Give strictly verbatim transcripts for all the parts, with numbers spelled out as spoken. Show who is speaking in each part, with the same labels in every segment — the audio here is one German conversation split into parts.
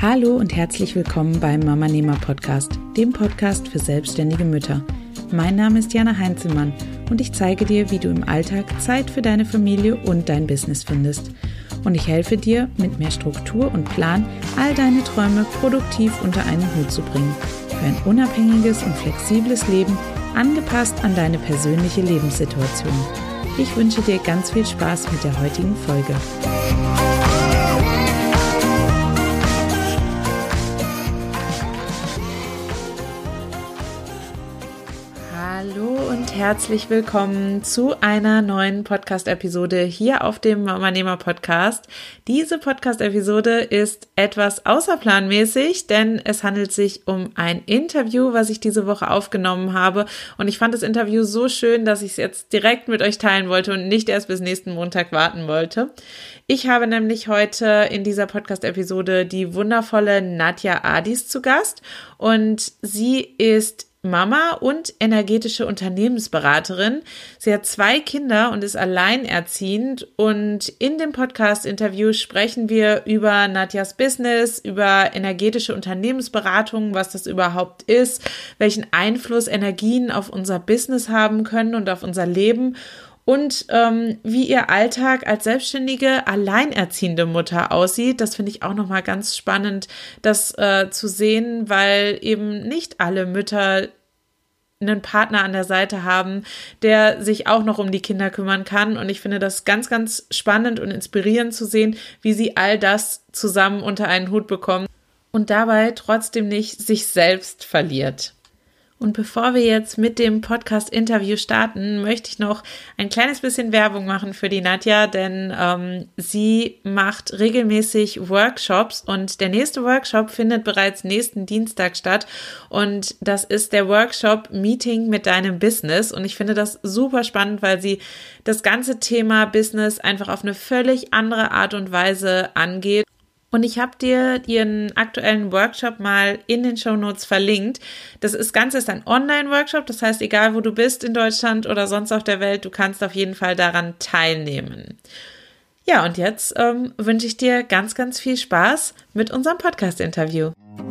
Speaker 1: Hallo und herzlich willkommen beim Mamanehmer Podcast, dem Podcast für selbstständige Mütter. Mein Name ist Jana Heinzelmann und ich zeige dir, wie du im Alltag Zeit für deine Familie und dein Business findest. Und ich helfe dir, mit mehr Struktur und Plan all deine Träume produktiv unter einen Hut zu bringen. Für ein unabhängiges und flexibles Leben, angepasst an deine persönliche Lebenssituation. Ich wünsche dir ganz viel Spaß mit der heutigen Folge. Hallo und herzlich willkommen zu einer neuen Podcast-Episode hier auf dem Mamanehmer Podcast. Diese Podcast-Episode ist etwas außerplanmäßig, denn es handelt sich um ein Interview, was ich diese Woche aufgenommen habe. Und ich fand das Interview so schön, dass ich es jetzt direkt mit euch teilen wollte und nicht erst bis nächsten Montag warten wollte. Ich habe nämlich heute in dieser Podcast-Episode die wundervolle Nadja Adis zu Gast und sie ist Mama und energetische Unternehmensberaterin. Sie hat zwei Kinder und ist alleinerziehend, und in dem Podcast-Interview sprechen wir über Nadjas Business, über energetische Unternehmensberatung, was das überhaupt ist, welchen Einfluss Energien auf unser Business haben können und auf unser Leben und ähm, wie ihr Alltag als selbstständige, alleinerziehende Mutter aussieht. Das finde ich auch nochmal ganz spannend, das äh, zu sehen, weil eben nicht alle Mütter einen Partner an der Seite haben, der sich auch noch um die Kinder kümmern kann. Und ich finde das ganz, ganz spannend und inspirierend zu sehen, wie sie all das zusammen unter einen Hut bekommen und dabei trotzdem nicht sich selbst verliert. Und bevor wir jetzt mit dem Podcast-Interview starten, möchte ich noch ein kleines bisschen Werbung machen für die Nadja, denn ähm, sie macht regelmäßig Workshops und der nächste Workshop findet bereits nächsten Dienstag statt, und das ist der Workshop Meeting mit deinem Business, und ich finde das super spannend, weil sie das ganze Thema Business einfach auf eine völlig andere Art und Weise angeht. Und ich habe dir ihren aktuellen Workshop mal in den Shownotes verlinkt. Das ist Ganze ist ein Online-Workshop, das heißt, egal wo du bist in Deutschland oder sonst auf der Welt, du kannst auf jeden Fall daran teilnehmen. Ja, und jetzt ähm, wünsche ich dir ganz, ganz viel Spaß mit unserem Podcast-Interview.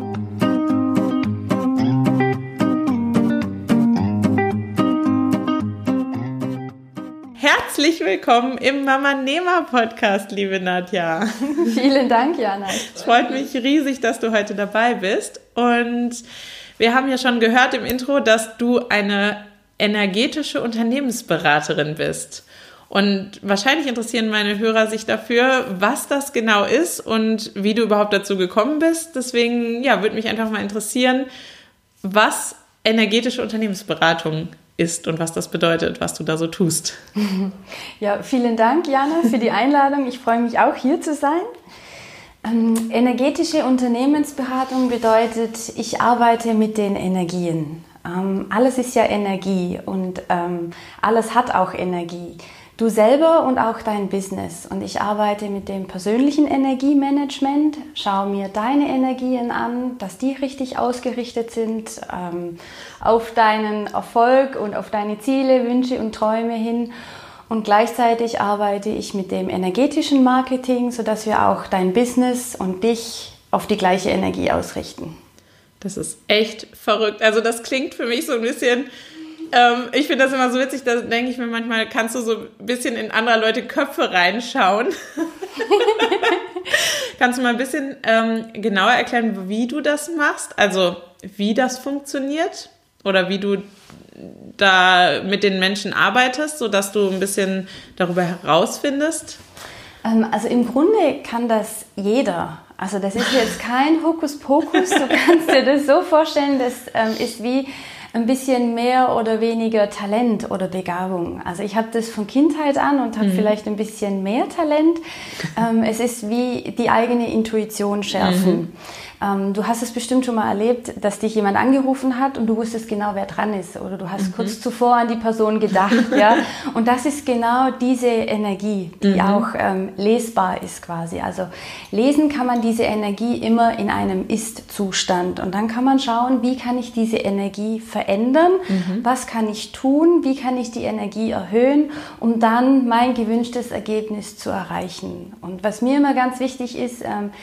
Speaker 1: Herzlich willkommen im Mamanehmer Podcast, liebe Nadja.
Speaker 2: Vielen Dank, Jana.
Speaker 1: Es freut mich riesig, dass du heute dabei bist. Und wir haben ja schon gehört im Intro, dass du eine energetische Unternehmensberaterin bist. Und wahrscheinlich interessieren meine Hörer sich dafür, was das genau ist und wie du überhaupt dazu gekommen bist. Deswegen, ja, würde mich einfach mal interessieren, was energetische Unternehmensberatung ist und was das bedeutet, was du da so tust.
Speaker 2: Ja, vielen Dank, Jana, für die Einladung. Ich freue mich auch, hier zu sein. Ähm, energetische Unternehmensberatung bedeutet, ich arbeite mit den Energien. Ähm, alles ist ja Energie und ähm, alles hat auch Energie. Du selber und auch dein Business. Und ich arbeite mit dem persönlichen Energiemanagement, schaue mir deine Energien an, dass die richtig ausgerichtet sind, ähm, auf deinen Erfolg und auf deine Ziele, Wünsche und Träume hin. Und gleichzeitig arbeite ich mit dem energetischen Marketing, sodass wir auch dein Business und dich auf die gleiche Energie ausrichten.
Speaker 1: Das ist echt verrückt. Also das klingt für mich so ein bisschen... Ich finde das immer so witzig, da denke ich mir manchmal, kannst du so ein bisschen in andere Leute Köpfe reinschauen? Kannst du mal ein bisschen ähm, genauer erklären, wie du das machst? Also wie das funktioniert oder wie du da mit den Menschen arbeitest, sodass du ein bisschen darüber herausfindest?
Speaker 2: Ähm, also im Grunde kann das jeder. Also das ist jetzt kein Hokuspokus, du kannst dir das so vorstellen, das ähm, ist wie ein bisschen mehr oder weniger Talent oder Begabung. Also ich habe das von Kindheit an und habe mhm. vielleicht ein bisschen mehr Talent. Ähm, es ist wie die eigene Intuition schärfen. Mhm. Ähm, du hast es bestimmt schon mal erlebt, dass dich jemand angerufen hat und du wusstest genau, wer dran ist. Oder du hast mhm. kurz zuvor an die Person gedacht. Ja? Und das ist genau diese Energie, die mhm. auch ähm, lesbar ist quasi. Also lesen kann man diese Energie immer in einem Ist-Zustand. Und dann kann man schauen, wie kann ich diese Energie verändern? Mhm. Was kann ich tun? Wie kann ich die Energie erhöhen, um dann mein gewünschtes Ergebnis zu erreichen? Und was mir immer ganz wichtig ist, ähm,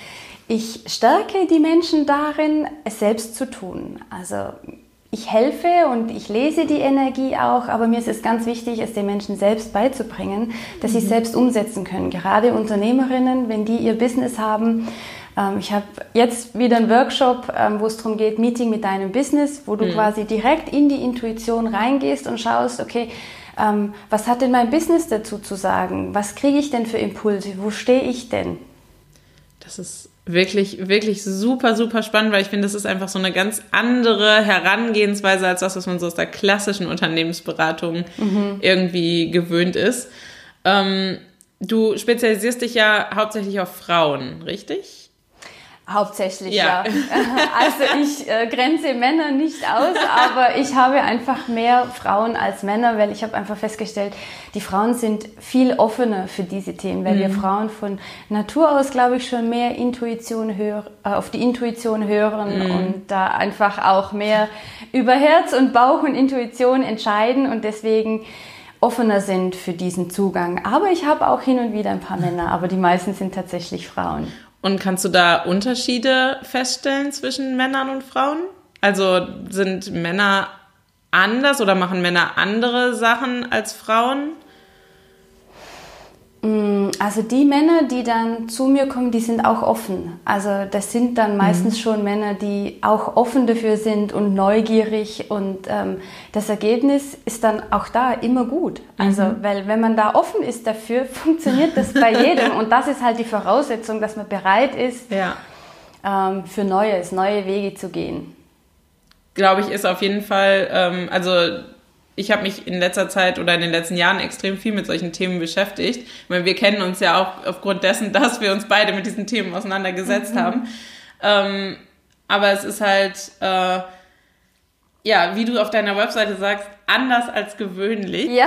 Speaker 2: Ich stärke die Menschen darin, es selbst zu tun. Also ich helfe und ich lese die Energie auch, aber mir ist es ganz wichtig, es den Menschen selbst beizubringen, dass mhm. sie es selbst umsetzen können. Gerade Unternehmerinnen, wenn die ihr Business haben. Ähm, ich habe jetzt wieder einen Workshop, ähm, wo es darum geht, Meeting mit deinem Business, wo du mhm. quasi direkt in die Intuition reingehst und schaust, okay, ähm, was hat denn mein Business dazu zu sagen? Was kriege ich denn für Impulse? Wo stehe ich denn?
Speaker 1: Das ist wirklich, wirklich super, super spannend, weil ich finde, das ist einfach so eine ganz andere Herangehensweise als das, was man so aus der klassischen Unternehmensberatung mhm. irgendwie gewöhnt ist. Ähm, du spezialisierst dich ja hauptsächlich auf Frauen, richtig?
Speaker 2: Hauptsächlich, ja. ja. Also ich äh, grenze Männer nicht aus, aber ich habe einfach mehr Frauen als Männer, weil ich habe einfach festgestellt, die Frauen sind viel offener für diese Themen, weil mhm. wir Frauen von Natur aus, glaube ich, schon mehr Intuition hör, äh, auf die Intuition hören mhm. und da einfach auch mehr über Herz und Bauch und Intuition entscheiden und deswegen offener sind für diesen Zugang. Aber ich habe auch hin und wieder ein paar Männer, aber die meisten sind tatsächlich Frauen.
Speaker 1: Und kannst du da Unterschiede feststellen zwischen Männern und Frauen? Also sind Männer anders oder machen Männer andere Sachen als Frauen?
Speaker 2: Also die Männer, die dann zu mir kommen, die sind auch offen. Also das sind dann meistens mhm. schon Männer, die auch offen dafür sind und neugierig und ähm, das Ergebnis ist dann auch da immer gut. Also mhm. weil wenn man da offen ist dafür, funktioniert das bei jedem und das ist halt die Voraussetzung, dass man bereit ist, ja. ähm, für Neues, neue Wege zu gehen.
Speaker 1: Glaube ich, ist auf jeden Fall, ähm, also ich habe mich in letzter Zeit oder in den letzten Jahren extrem viel mit solchen Themen beschäftigt. Ich meine, wir kennen uns ja auch aufgrund dessen, dass wir uns beide mit diesen Themen auseinandergesetzt mhm. haben. Ähm, aber es ist halt, äh, ja, wie du auf deiner Webseite sagst, anders als gewöhnlich.
Speaker 2: Ja,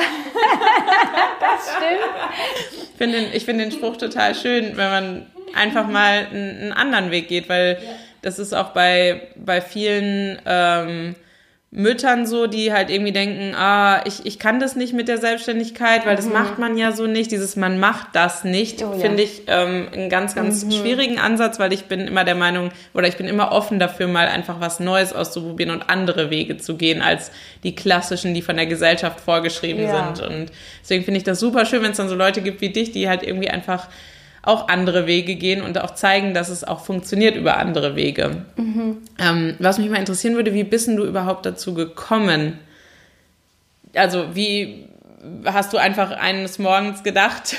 Speaker 2: das stimmt.
Speaker 1: Ich finde den, ich find den Spruch total schön, wenn man einfach mal einen, einen anderen Weg geht, weil ja. das ist auch bei, bei vielen ähm, Müttern so, die halt irgendwie denken, ah, ich, ich kann das nicht mit der Selbstständigkeit, weil das mhm. macht man ja so nicht. Dieses man macht das nicht, oh, finde ja. ich ähm, einen ganz, ganz mhm. schwierigen Ansatz, weil ich bin immer der Meinung, oder ich bin immer offen dafür, mal einfach was Neues auszuprobieren und andere Wege zu gehen, als die klassischen, die von der Gesellschaft vorgeschrieben ja. sind. Und deswegen finde ich das super schön, wenn es dann so Leute gibt wie dich, die halt irgendwie einfach auch andere Wege gehen und auch zeigen, dass es auch funktioniert über andere Wege. Mhm. Ähm, was mich mal interessieren würde, wie bist denn du überhaupt dazu gekommen? Also wie hast du einfach eines Morgens gedacht,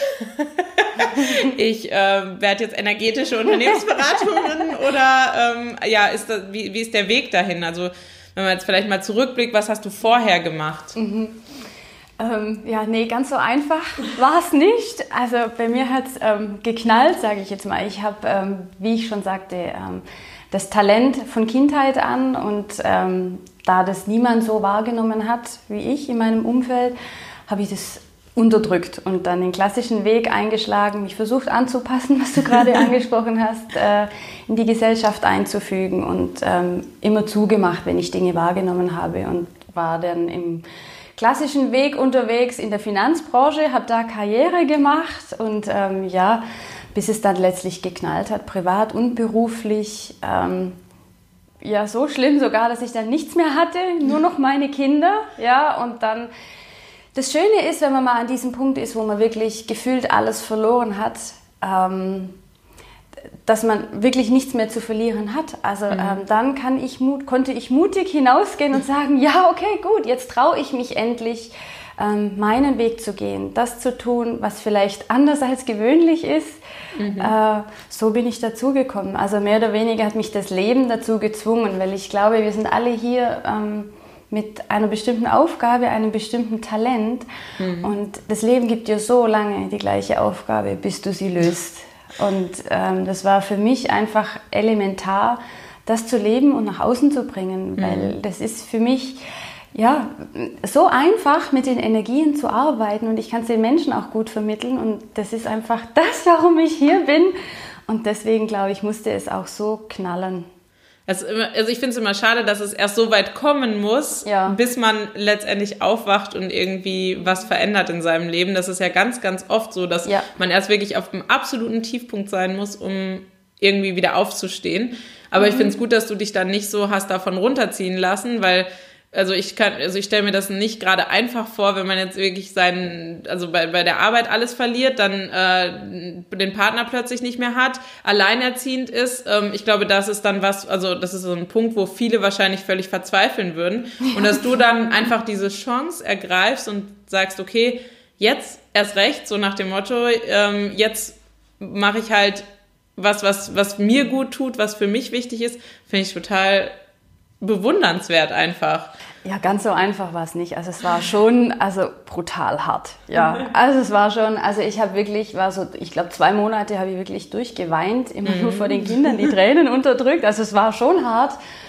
Speaker 1: ich äh, werde jetzt energetische Unternehmensberaterin oder ähm, ja, ist das, wie, wie ist der Weg dahin? Also wenn man jetzt vielleicht mal zurückblickt, was hast du vorher gemacht?
Speaker 2: Mhm. Ähm, ja, nee, ganz so einfach war es nicht. Also bei mir hat es ähm, geknallt, sage ich jetzt mal. Ich habe, ähm, wie ich schon sagte, ähm, das Talent von Kindheit an und ähm, da das niemand so wahrgenommen hat wie ich in meinem Umfeld, habe ich das unterdrückt und dann den klassischen Weg eingeschlagen, mich versucht anzupassen, was du gerade angesprochen hast, äh, in die Gesellschaft einzufügen und ähm, immer zugemacht, wenn ich Dinge wahrgenommen habe und war dann im klassischen Weg unterwegs in der Finanzbranche, habe da Karriere gemacht und ähm, ja, bis es dann letztlich geknallt hat, privat und beruflich. Ähm, ja, so schlimm sogar, dass ich dann nichts mehr hatte, nur noch meine Kinder. Ja, und dann, das Schöne ist, wenn man mal an diesem Punkt ist, wo man wirklich gefühlt alles verloren hat, ähm, dass man wirklich nichts mehr zu verlieren hat. Also mhm. ähm, dann kann ich mut, konnte ich mutig hinausgehen und sagen, ja, okay, gut, jetzt traue ich mich endlich, ähm, meinen Weg zu gehen, das zu tun, was vielleicht anders als gewöhnlich ist. Mhm. Äh, so bin ich dazugekommen. Also mehr oder weniger hat mich das Leben dazu gezwungen, weil ich glaube, wir sind alle hier ähm, mit einer bestimmten Aufgabe, einem bestimmten Talent. Mhm. Und das Leben gibt dir so lange die gleiche Aufgabe, bis du sie löst. Und ähm, das war für mich einfach elementar, das zu leben und nach außen zu bringen, weil mhm. das ist für mich ja so einfach, mit den Energien zu arbeiten und ich kann es den Menschen auch gut vermitteln und das ist einfach das, warum ich hier bin und deswegen, glaube ich, musste es auch so knallen.
Speaker 1: Also ich finde es immer schade, dass es erst so weit kommen muss, ja. bis man letztendlich aufwacht und irgendwie was verändert in seinem Leben. Das ist ja ganz, ganz oft so, dass ja. man erst wirklich auf dem absoluten Tiefpunkt sein muss, um irgendwie wieder aufzustehen. Aber mhm. ich finde es gut, dass du dich dann nicht so hast davon runterziehen lassen, weil also ich kann, also ich stelle mir das nicht gerade einfach vor, wenn man jetzt wirklich seinen, also bei, bei der Arbeit alles verliert, dann äh, den Partner plötzlich nicht mehr hat, alleinerziehend ist. Ähm, ich glaube, das ist dann was, also das ist so ein Punkt, wo viele wahrscheinlich völlig verzweifeln würden. Und dass du dann einfach diese Chance ergreifst und sagst, okay, jetzt erst recht, so nach dem Motto, ähm, jetzt mache ich halt was, was, was mir gut tut, was für mich wichtig ist, finde ich total bewundernswert einfach.
Speaker 2: Ja, ganz so einfach war es nicht. Also es war schon, also brutal hart. Ja, also es war schon, also ich habe wirklich, war so, ich glaube zwei Monate habe ich wirklich durchgeweint, immer mhm. nur vor den Kindern, die Tränen unterdrückt. Also es war schon hart.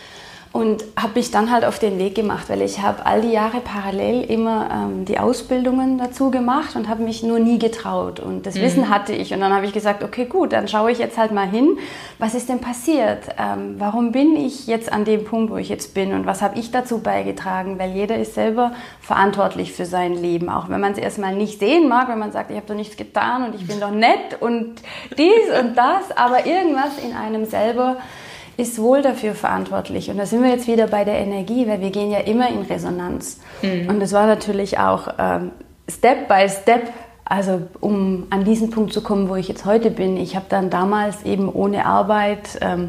Speaker 2: Und habe mich dann halt auf den Weg gemacht, weil ich habe all die Jahre parallel immer ähm, die Ausbildungen dazu gemacht und habe mich nur nie getraut. Und das mhm. Wissen hatte ich. Und dann habe ich gesagt, okay, gut, dann schaue ich jetzt halt mal hin, was ist denn passiert? Ähm, warum bin ich jetzt an dem Punkt, wo ich jetzt bin? Und was habe ich dazu beigetragen? Weil jeder ist selber verantwortlich für sein Leben. Auch wenn man es erstmal nicht sehen mag, wenn man sagt, ich habe doch nichts getan und ich bin doch nett und dies und das. Aber irgendwas in einem selber ist wohl dafür verantwortlich. Und da sind wir jetzt wieder bei der Energie, weil wir gehen ja immer in Resonanz. Mhm. Und das war natürlich auch ähm, Step by Step, also um an diesen Punkt zu kommen, wo ich jetzt heute bin. Ich habe dann damals eben ohne Arbeit, ähm,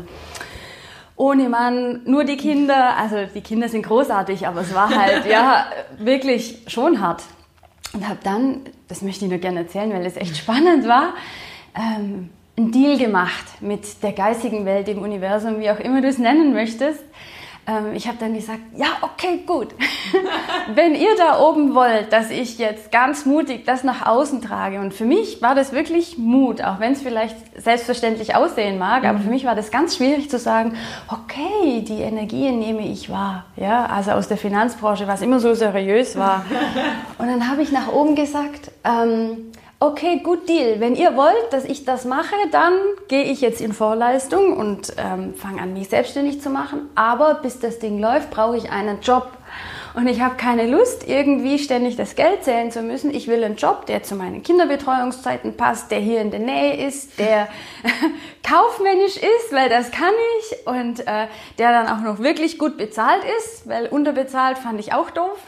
Speaker 2: ohne Mann, nur die Kinder, also die Kinder sind großartig, aber es war halt ja wirklich schon hart. Und habe dann, das möchte ich nur gerne erzählen, weil es echt spannend war, ähm, einen Deal gemacht mit der geistigen Welt, dem Universum, wie auch immer du es nennen möchtest. Ähm, ich habe dann gesagt, ja, okay, gut. Wenn ihr da oben wollt, dass ich jetzt ganz mutig das nach außen trage. Und für mich war das wirklich Mut, auch wenn es vielleicht selbstverständlich aussehen mag. Mhm. Aber für mich war das ganz schwierig zu sagen, okay, die Energien nehme ich wahr. Ja, also aus der Finanzbranche, was immer so seriös war. Und dann habe ich nach oben gesagt, ähm, okay, gut, Deal. Wenn ihr wollt, dass ich das mache, dann gehe ich jetzt in Vorleistung und ähm, fange an, mich selbstständig zu machen. Aber bis das Ding läuft, brauche ich einen Job. Und ich habe keine Lust, irgendwie ständig das Geld zählen zu müssen. Ich will einen Job, der zu meinen Kinderbetreuungszeiten passt, der hier in der Nähe ist, der kaufmännisch ist, weil das kann ich. Und äh, der dann auch noch wirklich gut bezahlt ist, weil unterbezahlt fand ich auch doof.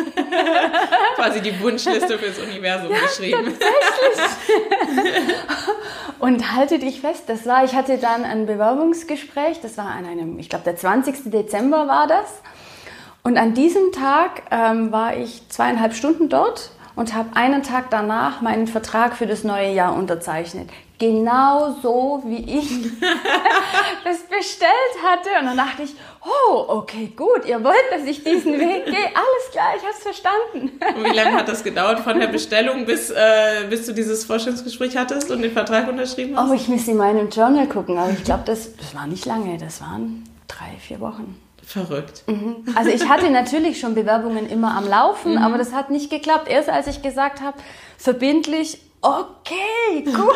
Speaker 1: Quasi die Wunschliste fürs Universum ja, geschrieben.
Speaker 2: Tatsächlich. Und halte dich fest, das war, ich hatte dann ein Bewerbungsgespräch, das war an einem, ich glaube der zwanzigsten Dezember war das. Und an diesem Tag ähm, war ich zweieinhalb Stunden dort und habe einen Tag danach meinen Vertrag für das neue Jahr unterzeichnet. Genau so, wie ich das bestellt hatte. Und dann dachte ich, oh, okay, gut, ihr wollt, dass ich diesen Weg gehe. Alles klar, ich habe es verstanden.
Speaker 1: Und wie lange hat das gedauert von der Bestellung, bis, äh, bis du dieses Vorstellungsgespräch hattest und den Vertrag unterschrieben hast?
Speaker 2: Oh, ich muss in meinem Journal gucken, aber ich glaube, das, das war nicht lange. Das waren drei, vier Wochen.
Speaker 1: Verrückt.
Speaker 2: Mhm. Also ich hatte natürlich schon Bewerbungen immer am Laufen, mhm. aber das hat nicht geklappt. Erst als ich gesagt habe, verbindlich, okay, gut.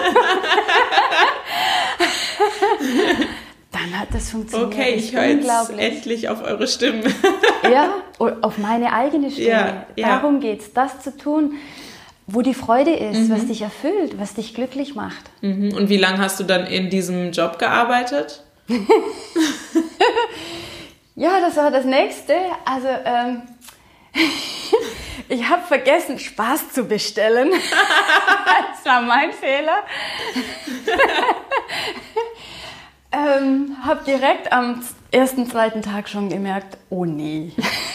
Speaker 2: Dann hat das funktioniert.
Speaker 1: Okay, ich höre jetzt endlich auf eure Stimmen.
Speaker 2: Ja, auf meine eigene Stimme.
Speaker 1: Ja, ja.
Speaker 2: Darum geht es, das zu tun, wo die Freude ist, mhm. was dich erfüllt, was dich glücklich macht.
Speaker 1: Mhm. Und wie lange hast du dann in diesem Job gearbeitet?
Speaker 2: Ja, das war das Nächste. Also, ähm, ich habe vergessen, Spaß zu bestellen. Das war mein Fehler. ähm, habe direkt am ersten, zweiten Tag schon gemerkt, oh nee.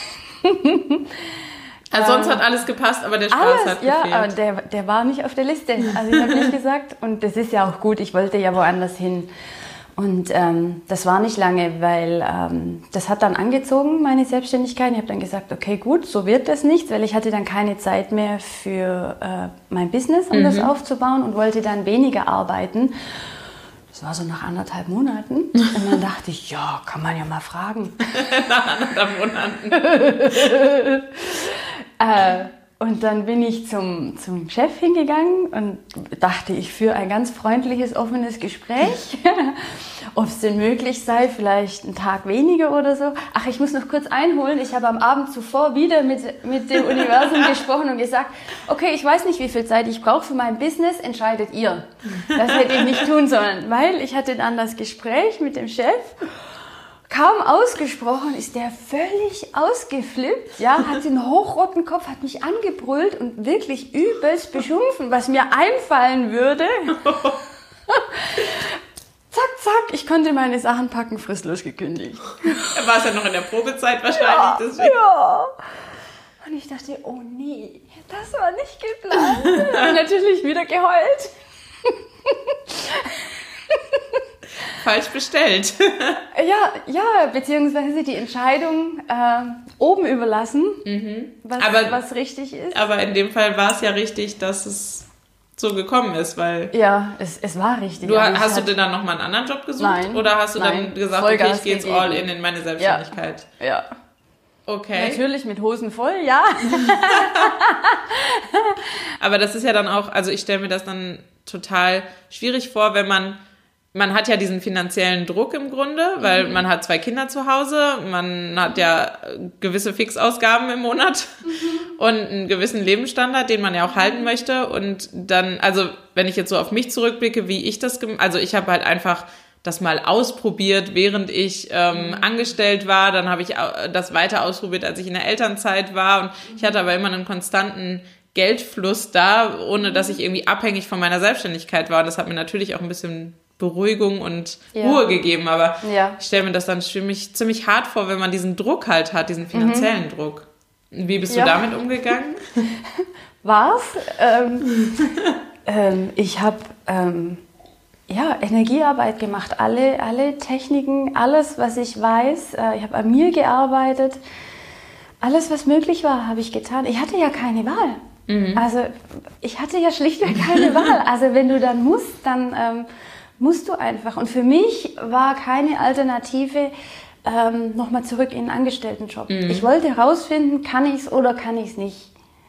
Speaker 1: Also sonst hat alles gepasst, aber der Spaß
Speaker 2: alles,
Speaker 1: hat
Speaker 2: ja,
Speaker 1: gefehlt.
Speaker 2: Ja, aber der, der war nicht auf der Liste. Also ich habe nicht gesagt, und das ist ja auch gut, ich wollte ja woanders hin. Und ähm, das war nicht lange, weil ähm, das hat dann angezogen, meine Selbstständigkeit. Ich habe dann gesagt, okay, gut, so wird das nicht, weil ich hatte dann keine Zeit mehr für äh, mein Business, um mhm. das aufzubauen und wollte dann weniger arbeiten. Das war so nach anderthalb Monaten. Und dann dachte ich, ja, kann man ja mal fragen.
Speaker 1: Nach anderthalb Monaten.
Speaker 2: äh, Und dann bin ich zum, zum Chef hingegangen und dachte, ich führe ein ganz freundliches, offenes Gespräch, ob es denn möglich sei, vielleicht einen Tag weniger oder so. Ach, ich muss noch kurz einholen, ich habe am Abend zuvor wieder mit, mit dem Universum gesprochen und gesagt, okay, ich weiß nicht, wie viel Zeit ich brauche für mein Business, entscheidet ihr. Das hätte ich nicht tun sollen, weil ich hatte dann das Gespräch mit dem Chef. Kaum ausgesprochen ist der völlig ausgeflippt, ja, hat den hochroten Kopf, hat mich angebrüllt und wirklich übelst beschimpfen, was mir einfallen würde. Zack, zack, ich konnte meine Sachen packen, fristlos gekündigt.
Speaker 1: Er war es ja noch in der Probezeit wahrscheinlich.
Speaker 2: Ja,
Speaker 1: deswegen.
Speaker 2: ja. Und ich dachte, oh nee, das war nicht geplant. Ich habe natürlich wieder geheult.
Speaker 1: Falsch bestellt.
Speaker 2: Ja, ja, beziehungsweise die Entscheidung äh, oben überlassen,
Speaker 1: Mhm.
Speaker 2: was,
Speaker 1: Aber-
Speaker 2: was richtig ist.
Speaker 1: Aber in dem Fall war es ja richtig, dass es so gekommen ist, weil
Speaker 2: Ja, es, es war richtig.
Speaker 1: du
Speaker 2: aber ich
Speaker 1: hast du
Speaker 2: hatte-
Speaker 1: dir dann nochmal einen anderen Job gesucht?
Speaker 2: Nein,
Speaker 1: Oder hast du
Speaker 2: nein,
Speaker 1: dann gesagt,
Speaker 2: Vollgas
Speaker 1: okay, ich gehe jetzt
Speaker 2: gegeben.
Speaker 1: all in in meine Selbstständigkeit?
Speaker 2: Ja,
Speaker 1: Okay.
Speaker 2: natürlich mit Hosen voll, ja.
Speaker 1: Aber das ist ja dann auch, also ich stelle mir das dann total schwierig vor, wenn man, man hat ja diesen finanziellen Druck im Grunde, weil
Speaker 2: Mhm.
Speaker 1: man hat zwei Kinder zu Hause, man hat ja gewisse Fixausgaben im Monat
Speaker 2: Mhm.
Speaker 1: und einen gewissen Lebensstandard, den man ja auch halten möchte. Und dann, also wenn ich jetzt so auf mich zurückblicke, wie ich das, gem- also ich habe halt einfach das mal ausprobiert, während ich ähm, angestellt war. Dann habe ich au- das weiter ausprobiert, als ich in der Elternzeit war. Und ich hatte aber immer einen konstanten Geldfluss da, ohne dass ich irgendwie abhängig von meiner Selbstständigkeit war. Und das hat mir natürlich auch ein bisschen Beruhigung und
Speaker 2: Ja.
Speaker 1: Ruhe gegeben. Aber
Speaker 2: Ja.
Speaker 1: ich stelle mir das dann ziemlich, ziemlich hart vor, wenn man diesen Druck halt hat, diesen finanziellen Druck. Wie bist
Speaker 2: Ja.
Speaker 1: du damit umgegangen?
Speaker 2: War's? Ähm, ähm, ich habe ähm, ja, Energiearbeit gemacht, alle, alle Techniken, alles, was ich weiß. Äh, ich habe an mir gearbeitet. Alles, was möglich war, habe ich getan. Ich hatte ja keine Wahl. Also ich hatte ja schlichtweg keine Wahl. Also wenn du dann musst, dann ähm, musst du einfach. Und für mich war keine Alternative, ähm, nochmal zurück in einen Angestelltenjob. Ich wollte herausfinden, kann ich es oder kann ich es nicht.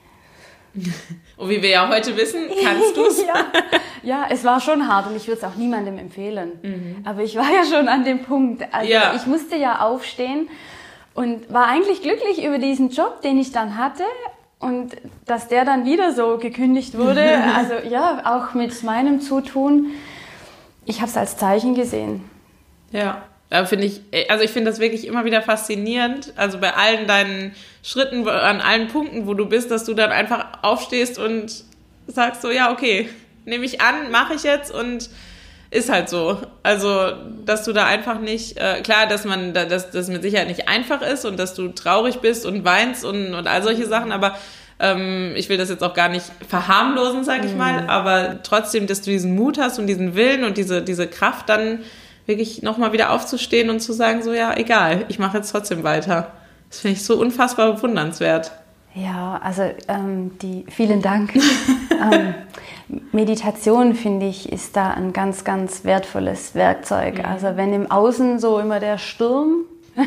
Speaker 1: Und wie wir ja heute wissen, kannst du es.
Speaker 2: ja. ja, es war schon hart und ich würde es auch niemandem empfehlen. Aber ich war ja schon an dem Punkt. Also
Speaker 1: Ja.
Speaker 2: ich musste ja aufstehen und war eigentlich glücklich über diesen Job, den ich dann hatte. Und dass der dann wieder so gekündigt wurde, also ja, auch mit meinem Zutun, ich habe es als Zeichen gesehen.
Speaker 1: Ja, da finde ich, also ich finde das wirklich immer wieder faszinierend. Also bei allen deinen Schritten, an allen Punkten, wo du bist, dass du dann einfach aufstehst und sagst so, ja, okay, nehme ich an, mache ich jetzt und ist halt so. Also, dass du da einfach nicht, äh, klar, dass man, dass das mit Sicherheit nicht einfach ist und dass du traurig bist und weinst und, und all solche Sachen, aber ähm, ich will das jetzt auch gar nicht verharmlosen, sag ich mal, aber trotzdem, dass du diesen Mut hast und diesen Willen und diese, diese Kraft dann wirklich nochmal wieder aufzustehen und zu sagen, so, ja, egal, ich mache jetzt trotzdem weiter. Das finde ich so unfassbar bewundernswert.
Speaker 2: Ja, also ähm, die, vielen Dank. ähm, Meditation, finde ich, ist da ein ganz, ganz wertvolles Werkzeug.
Speaker 1: Mhm.
Speaker 2: Also wenn im Außen so immer der Sturm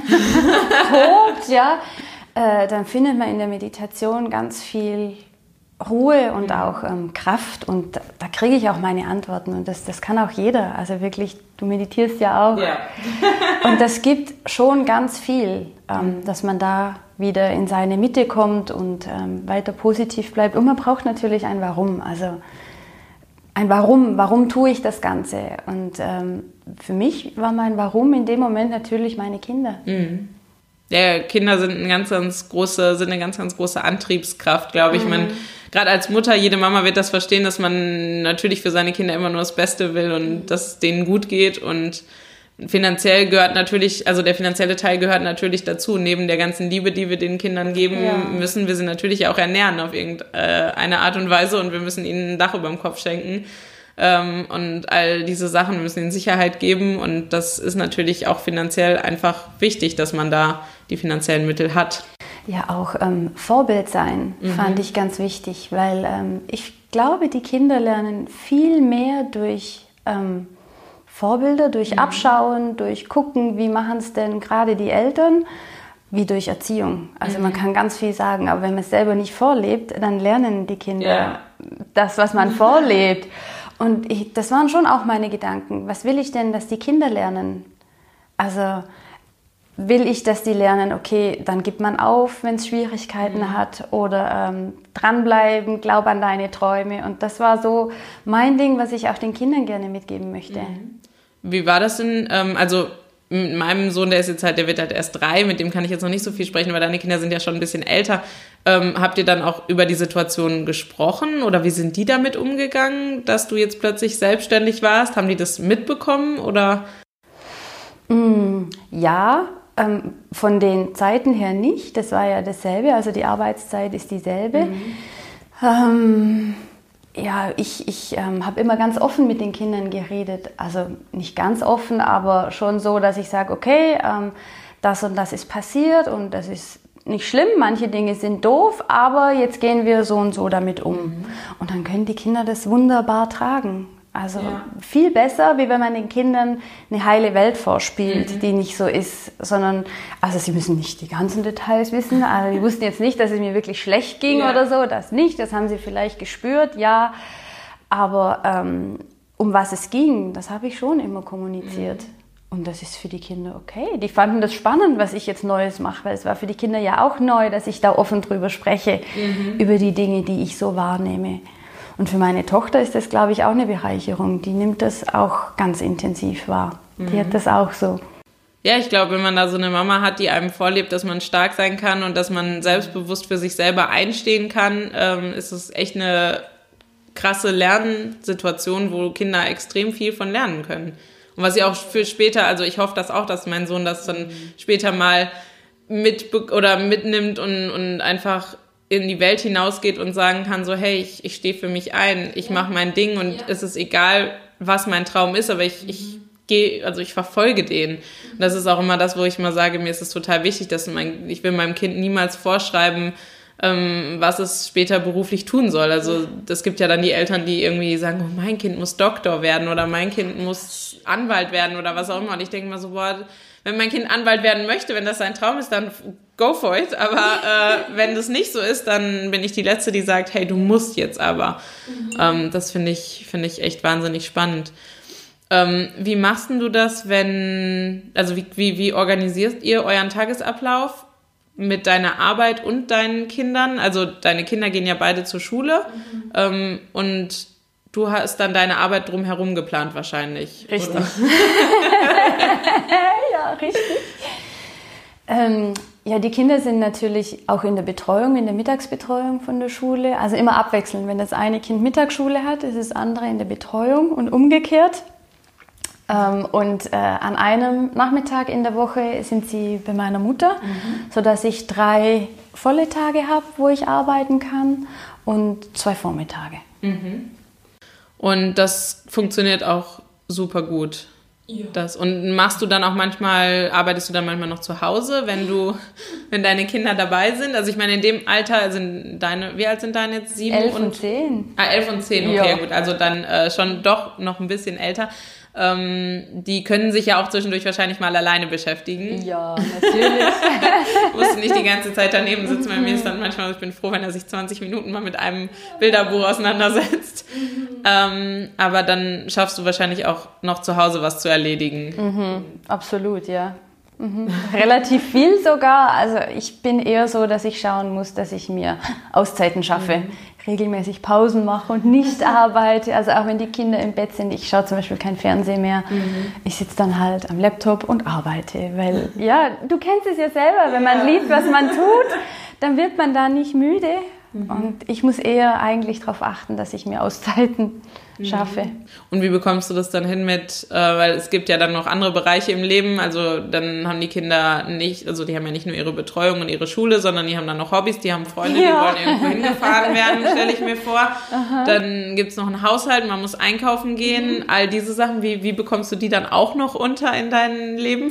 Speaker 2: tobt, ja, äh, dann findet man in der Meditation ganz viel Ruhe und auch ähm, Kraft und da, da kriege ich auch meine Antworten und das, das kann auch jeder. Also wirklich, du meditierst ja auch.
Speaker 1: Ja.
Speaker 2: Und das gibt schon ganz viel, ähm, dass man da wieder in seine Mitte kommt und ähm, weiter positiv bleibt. Und man braucht natürlich ein Warum. Also ein Warum. Warum tue ich das Ganze? Und ähm, für mich war mein Warum in dem Moment natürlich meine Kinder.
Speaker 1: Mhm. Ja, Kinder sind eine ganz, ganz große, sind eine ganz, ganz große Antriebskraft, glaube ich.
Speaker 2: Mhm.
Speaker 1: Man, gerade als Mutter, jede Mama wird das verstehen, dass man natürlich für seine Kinder immer nur das Beste will und dass es denen gut geht. Und finanziell gehört natürlich, also der finanzielle Teil gehört natürlich dazu. Neben der ganzen Liebe, die wir den Kindern geben,
Speaker 2: Ja.
Speaker 1: müssen wir sie natürlich auch ernähren auf irgendeine Art und Weise und wir müssen ihnen ein Dach über dem Kopf schenken. Ähm, und all diese Sachen müssen ihnen Sicherheit geben und das ist natürlich auch finanziell einfach wichtig, dass man da die finanziellen Mittel hat.
Speaker 2: Ja, auch ähm, Vorbild sein
Speaker 1: Mhm.
Speaker 2: fand ich ganz wichtig, weil ähm, ich glaube, die Kinder lernen viel mehr durch ähm, Vorbilder, durch
Speaker 1: Mhm.
Speaker 2: Abschauen, durch Gucken, wie machen es denn gerade die Eltern, wie durch Erziehung. Also mhm. man kann ganz viel sagen, aber wenn man es selber nicht vorlebt, dann lernen die Kinder ja. das, was man vorlebt. Und ich, das waren schon auch meine Gedanken. Was will ich denn, dass die Kinder lernen? Also will ich, dass die lernen, okay, dann gibt man auf, wenn es Schwierigkeiten mhm. hat, oder ähm, dranbleiben, glaub an deine Träume. Und das war so mein Ding, was ich auch den Kindern gerne mitgeben möchte.
Speaker 1: Mhm. Wie war das denn? Ähm, also mit meinem Sohn, der ist jetzt halt, der wird halt erst drei, mit dem kann ich jetzt noch nicht so viel sprechen, weil deine Kinder sind ja schon ein bisschen älter. Ähm, habt ihr dann auch über die Situation gesprochen oder wie sind die damit umgegangen, dass du jetzt plötzlich selbstständig warst? Haben die das mitbekommen oder?
Speaker 2: Mm, ja, ähm, von den Zeiten her nicht. Das war ja dasselbe, also die Arbeitszeit ist dieselbe. Mhm. Ähm, Ja, ich, ich ähm, habe immer ganz offen mit den Kindern geredet. Also nicht ganz offen, aber schon so, dass ich sage, okay, ähm, das und das ist passiert und das ist nicht schlimm. Manche Dinge sind doof, aber jetzt gehen wir so und so damit um. Mhm. Und dann können die Kinder das wunderbar tragen. Also ja. viel besser, wie wenn man den Kindern eine heile Welt vorspielt, mhm. die nicht so ist, sondern, also sie müssen nicht die ganzen Details wissen, also die wussten jetzt nicht, dass es mir wirklich schlecht ging ja. oder so, das nicht, das haben sie vielleicht gespürt, ja, aber ähm, um was es ging, das habe ich schon immer kommuniziert. Mhm. Und das ist für die Kinder okay. Die fanden das spannend, was ich jetzt Neues mache, weil es war für die Kinder ja auch neu, dass ich da offen drüber spreche, mhm. über die Dinge, die ich so wahrnehme. Und für meine Tochter ist das, glaube ich, auch eine Bereicherung. Die nimmt das auch ganz intensiv wahr. Mhm. Die hat das auch so.
Speaker 1: Ja, ich glaube, wenn man da so eine Mama hat, die einem vorlebt, dass man stark sein kann und dass man selbstbewusst für sich selber einstehen kann, ähm, ist es echt eine krasse Lernsituation, wo Kinder extrem viel von lernen können. Und was ich auch für später, also ich hoffe das auch, dass mein Sohn das dann später mal mit oder mitnimmt und, und einfach in die Welt hinausgeht und sagen kann, so hey, ich, ich stehe für mich ein, ich ja. mache mein Ding und ja. es ist egal, was mein Traum ist, aber ich, mhm. ich gehe, also ich verfolge den. Und das ist auch immer das, wo ich immer sage, mir ist es total wichtig, dass mein, ich will meinem Kind niemals vorschreiben, ähm, was es später beruflich tun soll. Also es gibt ja dann die Eltern, die irgendwie sagen, oh, mein Kind muss Doktor werden oder mein Kind muss Anwalt werden oder was auch immer. Und ich denke mal so, boah, wenn mein Kind Anwalt werden möchte, wenn das sein Traum ist, dann go for it. Aber äh, wenn das nicht so ist, dann bin ich die Letzte, die sagt, hey, du musst jetzt aber. Mhm. Ähm, das finde ich, finde ich echt wahnsinnig spannend. Ähm, wie machst denn du das, wenn, also wie, wie, wie organisierst ihr euren Tagesablauf mit deiner Arbeit und deinen Kindern? Also deine Kinder gehen ja beide zur Schule mhm. ähm, und du hast dann deine Arbeit drumherum geplant wahrscheinlich.
Speaker 2: Richtig. Ja, richtig. Ähm, ja, die Kinder sind natürlich auch in der Betreuung, in der Mittagsbetreuung von der Schule. Also immer abwechselnd. Wenn das eine Kind Mittagsschule hat, ist das andere in der Betreuung und umgekehrt. Ähm, und äh, an einem Nachmittag in der Woche sind sie bei meiner Mutter, mhm. sodass ich drei volle Tage habe, wo ich arbeiten kann und zwei Vormittage.
Speaker 1: Mhm. Und das funktioniert auch super gut. Ja. Das. Und machst du dann auch manchmal, arbeitest du dann manchmal noch zu Hause, wenn du, wenn deine Kinder dabei sind? Also ich meine, in dem Alter sind deine, wie alt sind deine jetzt? Sieben
Speaker 2: elf
Speaker 1: und,
Speaker 2: und zehn.
Speaker 1: Ah, elf und zehn, okay, ja. Gut. Also dann äh, schon doch noch ein bisschen älter. Ähm, die können sich ja auch zwischendurch wahrscheinlich mal alleine beschäftigen.
Speaker 2: Ja, natürlich.
Speaker 1: Du musst nicht die ganze Zeit daneben sitzen. Bei mir ist dann manchmal, ich bin froh, wenn er sich zwanzig Minuten mal mit einem Bilderbuch auseinandersetzt. Mhm. Ähm, aber dann schaffst du wahrscheinlich auch noch zu Hause was zu erledigen.
Speaker 2: Mhm, absolut, ja. Mhm. Relativ viel sogar. Also ich bin eher so, dass ich schauen muss, dass ich mir Auszeiten schaffe. Mhm. Regelmäßig Pausen mache und nicht arbeite. Also auch wenn die Kinder im Bett sind, ich schaue zum Beispiel kein Fernsehen mehr. Mhm. Ich sitze dann halt am Laptop und arbeite. Weil, ja, du kennst es ja selber, wenn man liebt, was man tut, dann wird man da nicht müde. Mhm. Und ich muss eher eigentlich darauf achten, dass ich mir Auszeiten schaffe.
Speaker 1: Und wie bekommst du das dann hin mit, äh, weil es gibt ja dann noch andere Bereiche im Leben, also dann haben die Kinder nicht, also die haben ja nicht nur ihre Betreuung und ihre Schule, sondern die haben dann noch Hobbys, die haben Freunde, ja. Die wollen irgendwo hingefahren werden, stelle ich mir vor. Aha. Dann gibt's noch einen Haushalt, man muss einkaufen gehen, mhm. all diese Sachen, wie, wie bekommst du die dann auch noch unter in dein Leben?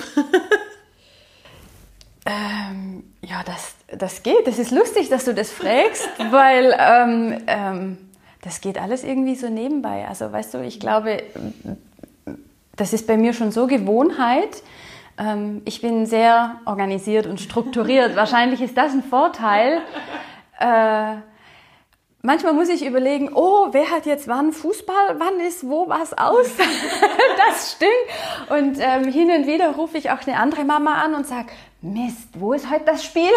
Speaker 2: ähm, ja, das, das geht, das ist lustig, dass du das fragst, weil ähm, ähm, das geht alles irgendwie so nebenbei. Also weißt du, ich glaube, das ist bei mir schon so Gewohnheit, Ähm, ich bin sehr organisiert und strukturiert. Wahrscheinlich ist das ein Vorteil. Äh, manchmal muss ich überlegen, oh, wer hat jetzt wann Fußball, wann ist wo was aus? Das stimmt. Und ähm, hin und wieder rufe ich auch eine andere Mama an und sage, Mist, wo ist heute das Spiel?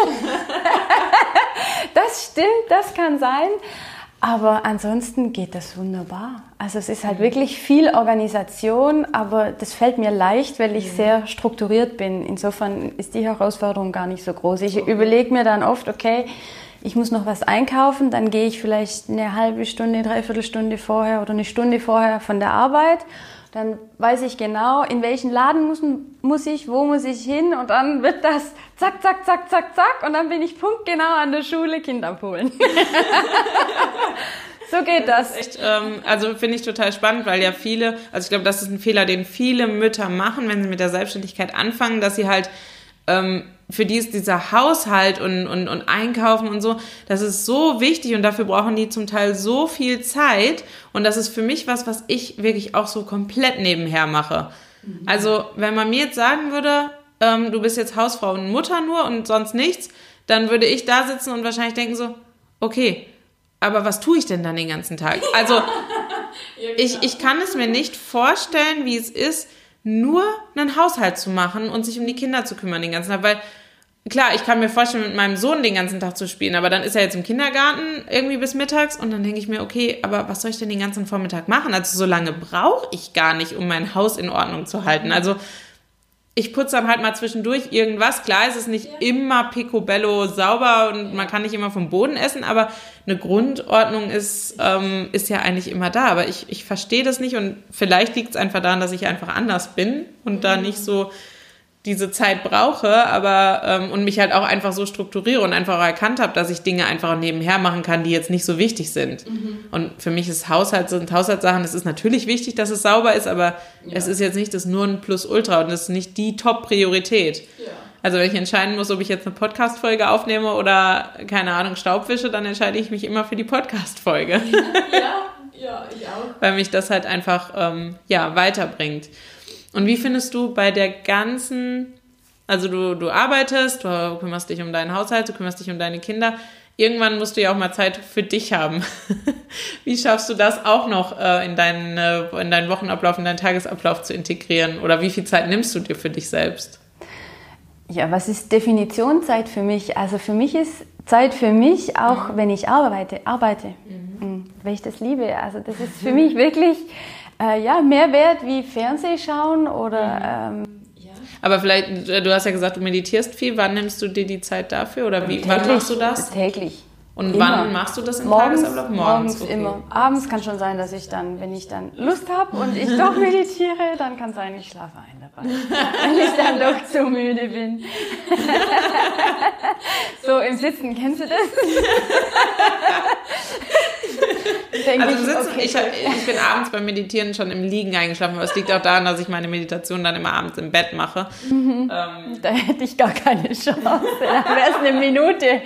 Speaker 2: Das stimmt, das kann sein. Aber ansonsten geht das wunderbar. Also es ist halt wirklich viel Organisation, aber das fällt mir leicht, weil ich sehr strukturiert bin. Insofern ist die Herausforderung gar nicht so groß. Ich überlege mir dann oft, okay, ich muss noch was einkaufen, dann gehe ich vielleicht eine halbe Stunde, dreiviertel Stunde vorher oder eine Stunde vorher von der Arbeit. Dann weiß ich genau, in welchen Laden muss, muss ich, wo muss ich hin und dann wird das zack, zack, zack, zack, zack und dann bin ich punktgenau an der Schule Kinder abholen. So geht das.
Speaker 1: Das ist echt, ähm, also finde ich total spannend, weil ja viele, also ich glaube, das ist ein Fehler, den viele Mütter machen, wenn sie mit der Selbstständigkeit anfangen, dass sie halt, ähm, für die ist dieser Haushalt und, und, und Einkaufen und so, das ist so wichtig und dafür brauchen die zum Teil so viel Zeit und das ist für mich was, was ich wirklich auch so komplett nebenher mache. Mhm. Also wenn man mir jetzt sagen würde, ähm, du bist jetzt Hausfrau und Mutter nur und sonst nichts, dann würde ich da sitzen und wahrscheinlich denken so, okay, aber was tue ich denn dann den ganzen Tag? Also ja, genau. ich, ich kann es mir nicht vorstellen, wie es ist, nur einen Haushalt zu machen und sich um die Kinder zu kümmern den ganzen Tag, weil klar, ich kann mir vorstellen, mit meinem Sohn den ganzen Tag zu spielen, aber dann ist er jetzt im Kindergarten irgendwie bis mittags und dann denke ich mir, okay, aber was soll ich denn den ganzen Vormittag machen? Also so lange brauche ich gar nicht, um mein Haus in Ordnung zu halten. Also ich putze dann halt mal zwischendurch irgendwas. Klar, es ist nicht ja. immer picobello sauber und man kann nicht immer vom Boden essen, aber eine Grundordnung ist, ähm, ist ja eigentlich immer da. Aber ich, ich verstehe das nicht und vielleicht liegt es einfach daran, dass ich einfach anders bin und mhm. da nicht so diese Zeit brauche, aber ähm, und mich halt auch einfach so strukturiere und einfach erkannt habe, dass ich Dinge einfach nebenher machen kann, die jetzt nicht so wichtig sind. Mhm. Und für mich ist Haushalt, sind Haushaltssachen, es ist natürlich wichtig, dass es sauber ist, aber ja. es ist jetzt nicht das nur ein Plus-Ultra und es ist nicht die Top-Priorität. Ja. Also wenn ich entscheiden muss, ob ich jetzt eine Podcast-Folge aufnehme oder, keine Ahnung, Staubwische, dann entscheide ich mich immer für die Podcast-Folge.
Speaker 2: Ja, ja, ich auch.
Speaker 1: Weil mich das halt einfach ähm, ja, weiterbringt. Und wie findest du bei der ganzen, also du, du arbeitest, du kümmerst dich um deinen Haushalt, du kümmerst dich um deine Kinder, irgendwann musst du ja auch mal Zeit für dich haben. Wie schaffst du das auch noch äh, in, deinen, äh, in deinen Wochenablauf, in deinen Tagesablauf zu integrieren? Oder wie viel Zeit nimmst du dir für dich selbst?
Speaker 2: Ja, was ist Definition Zeit für mich? Also für mich ist Zeit für mich auch, mhm. wenn ich arbeite, arbeite, mhm. weil ich das liebe. Also das ist für mich wirklich... Äh, ja, mehr wert wie Fernseh schauen oder... Ähm,
Speaker 1: ja. Aber vielleicht, du hast ja gesagt, du meditierst viel. Wann nimmst du dir die Zeit dafür? Oder wie, wann machst du das?
Speaker 2: Täglich.
Speaker 1: Und
Speaker 2: immer.
Speaker 1: Wann machst du das im
Speaker 2: morgens,
Speaker 1: Tagesablauf?
Speaker 2: Morgens, morgens okay. immer. Abends kann schon sein, dass ich dann, wenn ich dann Lust habe und ich doch meditiere, dann kann sein, ich schlafe ein dabei. Wenn ich dann doch zu müde bin. So im Sitzen, kennst du das?
Speaker 1: Also im Sitzen, okay. ich, ich bin abends beim Meditieren schon im Liegen eingeschlafen, aber es liegt auch daran, dass ich meine Meditation dann immer abends im Bett mache.
Speaker 2: Mhm. Ähm, da hätte ich gar keine Chance, dann wäre es eine Minute.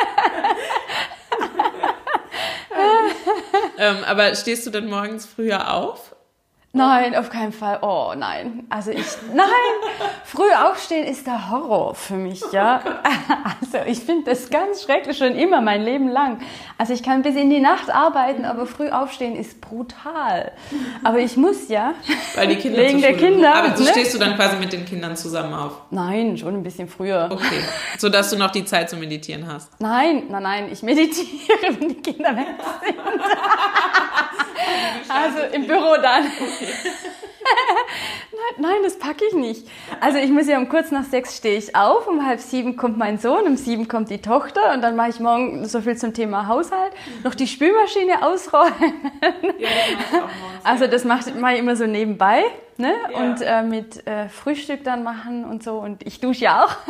Speaker 1: ähm, aber stehst du denn morgens früher auf?
Speaker 2: Nein, auf keinen Fall. Oh nein. Also ich, nein, früh aufstehen ist der Horror für mich, ja. Also ich finde das ganz schrecklich, schon immer mein Leben lang. Also ich kann bis in die Nacht arbeiten, aber früh aufstehen ist brutal. Aber ich muss ja.
Speaker 1: Weil die Kinder
Speaker 2: wegen der Kinder.
Speaker 1: Aber so ne? Stehst du dann quasi mit den Kindern zusammen auf?
Speaker 2: Nein, schon ein bisschen früher.
Speaker 1: Okay. So dass du noch die Zeit zum Meditieren hast?
Speaker 2: Nein, nein, nein. Ich meditiere, wenn die Kinder weg sind. Also im Büro dann. nein, nein, das packe ich nicht. Also ich muss ja um kurz nach sechs stehe ich auf, um halb sieben kommt mein Sohn, um sieben kommt die Tochter und dann mache ich morgen so viel zum Thema Haushalt, noch die Spülmaschine ausräumen. Ja, das auch also das mache mach ich immer so nebenbei, ne? Ja. Und äh, mit äh, Frühstück dann machen und so und ich dusche ja auch.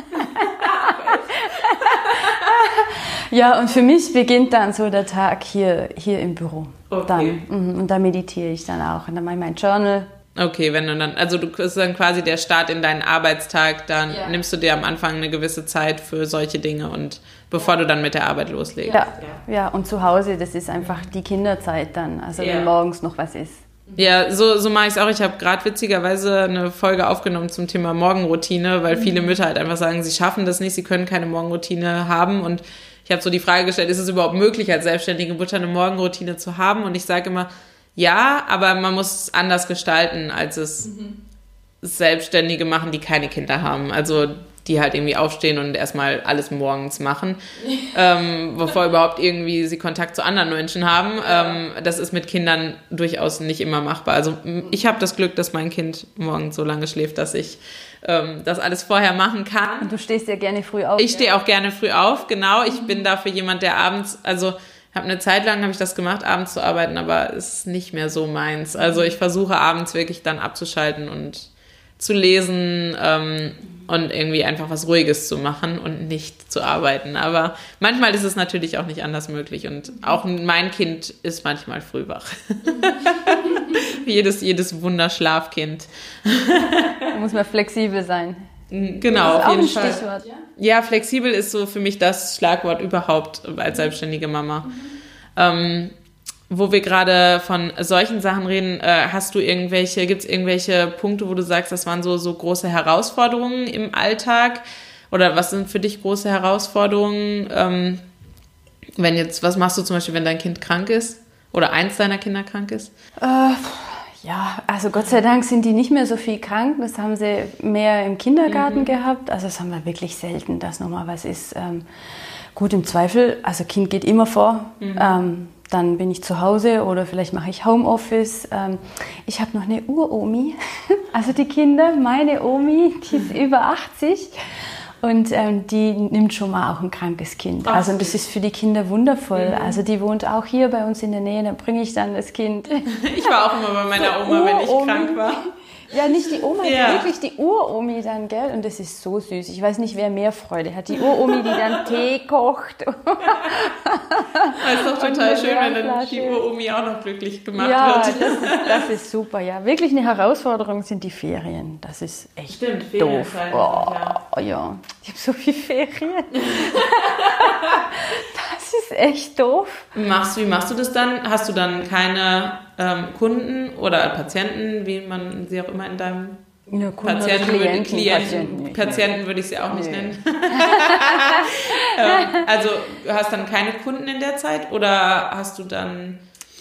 Speaker 2: Ja, und für mich beginnt dann so der Tag hier, hier im Büro. Okay. Dann, und da meditiere ich dann auch. Und dann mache ich mein Journal.
Speaker 1: Okay, wenn du dann, also du ist dann quasi der Start in deinen Arbeitstag, dann ja. nimmst du dir am Anfang eine gewisse Zeit für solche Dinge und bevor ja. du dann mit der Arbeit loslegst.
Speaker 2: Ja, ja, und zu Hause, das ist einfach die Kinderzeit dann, also ja. wenn morgens noch was ist.
Speaker 1: Ja, so, so mache ich es auch. Ich habe gerade witzigerweise eine Folge aufgenommen zum Thema Morgenroutine, weil viele Mütter halt einfach sagen, sie schaffen das nicht, sie können keine Morgenroutine haben. Und ich habe so die Frage gestellt, ist es überhaupt möglich, als selbstständige Mutter eine Morgenroutine zu haben? Und ich sage immer, ja, aber man muss es anders gestalten, als es mhm. Selbstständige machen, die keine Kinder haben. Also die halt irgendwie aufstehen und erstmal alles morgens machen, ähm, bevor überhaupt irgendwie sie Kontakt zu anderen Menschen haben. Ähm, das ist mit Kindern durchaus nicht immer machbar. Also ich habe das Glück, dass mein Kind morgens so lange schläft, dass ich ähm, das alles vorher machen kann.
Speaker 2: Und du stehst ja gerne früh auf.
Speaker 1: Ich stehe auch gerne früh auf, genau. Ich mhm. bin dafür jemand, der abends, also habe eine Zeit lang habe ich das gemacht, abends zu arbeiten, aber es ist nicht mehr so meins. Also ich versuche abends wirklich dann abzuschalten und zu lesen ähm, und irgendwie einfach was Ruhiges zu machen und nicht zu arbeiten. Aber manchmal ist es natürlich auch nicht anders möglich und auch mein Kind ist manchmal früh wach. jedes, jedes Wunderschlafkind.
Speaker 2: Da muss man flexibel sein.
Speaker 1: Genau,
Speaker 2: das ist
Speaker 1: auf jeden
Speaker 2: auch ein
Speaker 1: Fall.
Speaker 2: Stichwort, ja?
Speaker 1: Ja, flexibel ist so für mich das Schlagwort überhaupt als selbstständige Mama. Mhm. Ähm, Wo wir gerade von solchen Sachen reden, äh, hast du irgendwelche, gibt es irgendwelche Punkte, wo du sagst, das waren so, so große Herausforderungen im Alltag? Oder was sind für dich große Herausforderungen? Ähm, wenn jetzt, was machst du zum Beispiel, wenn dein Kind krank ist? Oder eins deiner Kinder krank ist?
Speaker 2: Äh, ja, also Gott sei Dank sind die nicht mehr so viel krank. Das haben sie mehr im Kindergarten mhm. gehabt. Also das haben wir wirklich selten, dass nochmal was ist. Ähm, gut, im Zweifel, also Kind geht immer vor. Mhm. Ähm, Dann bin ich zu Hause oder vielleicht mache ich Homeoffice. Ich habe noch eine Uromi, also die Kinder, meine Omi, die ist über achtzig und die nimmt schon mal auch ein krankes Kind. Ach, also das ist für die Kinder wundervoll. Mhm. Also die wohnt auch hier bei uns in der Nähe, dann bringe ich dann das Kind.
Speaker 1: Ich war auch immer bei meiner Oma, wenn ich krank war.
Speaker 2: Ja, nicht die Oma,
Speaker 1: ja.
Speaker 2: wirklich die Uromi dann, gell? Und das ist so süß. Ich weiß nicht, wer mehr Freude hat. Die Uromi, die dann Tee kocht.
Speaker 1: Das ist doch total schön, wenn dann die Uromi auch noch glücklich gemacht
Speaker 2: ja,
Speaker 1: wird.
Speaker 2: Ja, das, das ist super, ja. Wirklich eine Herausforderung sind die Ferien. Das ist echt
Speaker 1: Stimmt,
Speaker 2: doof.
Speaker 1: Oh,
Speaker 2: ja. ja, ich habe so viele Ferien. Das ist echt doof.
Speaker 1: Machst, wie machst du das dann? Hast du dann keine ähm, Kunden oder Patienten, wie man sie auch immer in deinem
Speaker 2: ja,
Speaker 1: Patienten,
Speaker 2: Klienten,
Speaker 1: würde, Klienten,
Speaker 2: Patienten,
Speaker 1: Patienten würde ich sie auch nicht
Speaker 2: nee.
Speaker 1: nennen. ähm, also du hast dann keine Kunden in der Zeit oder hast du dann...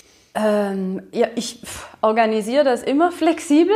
Speaker 2: Ähm, ja, ich organisiere das immer flexibel,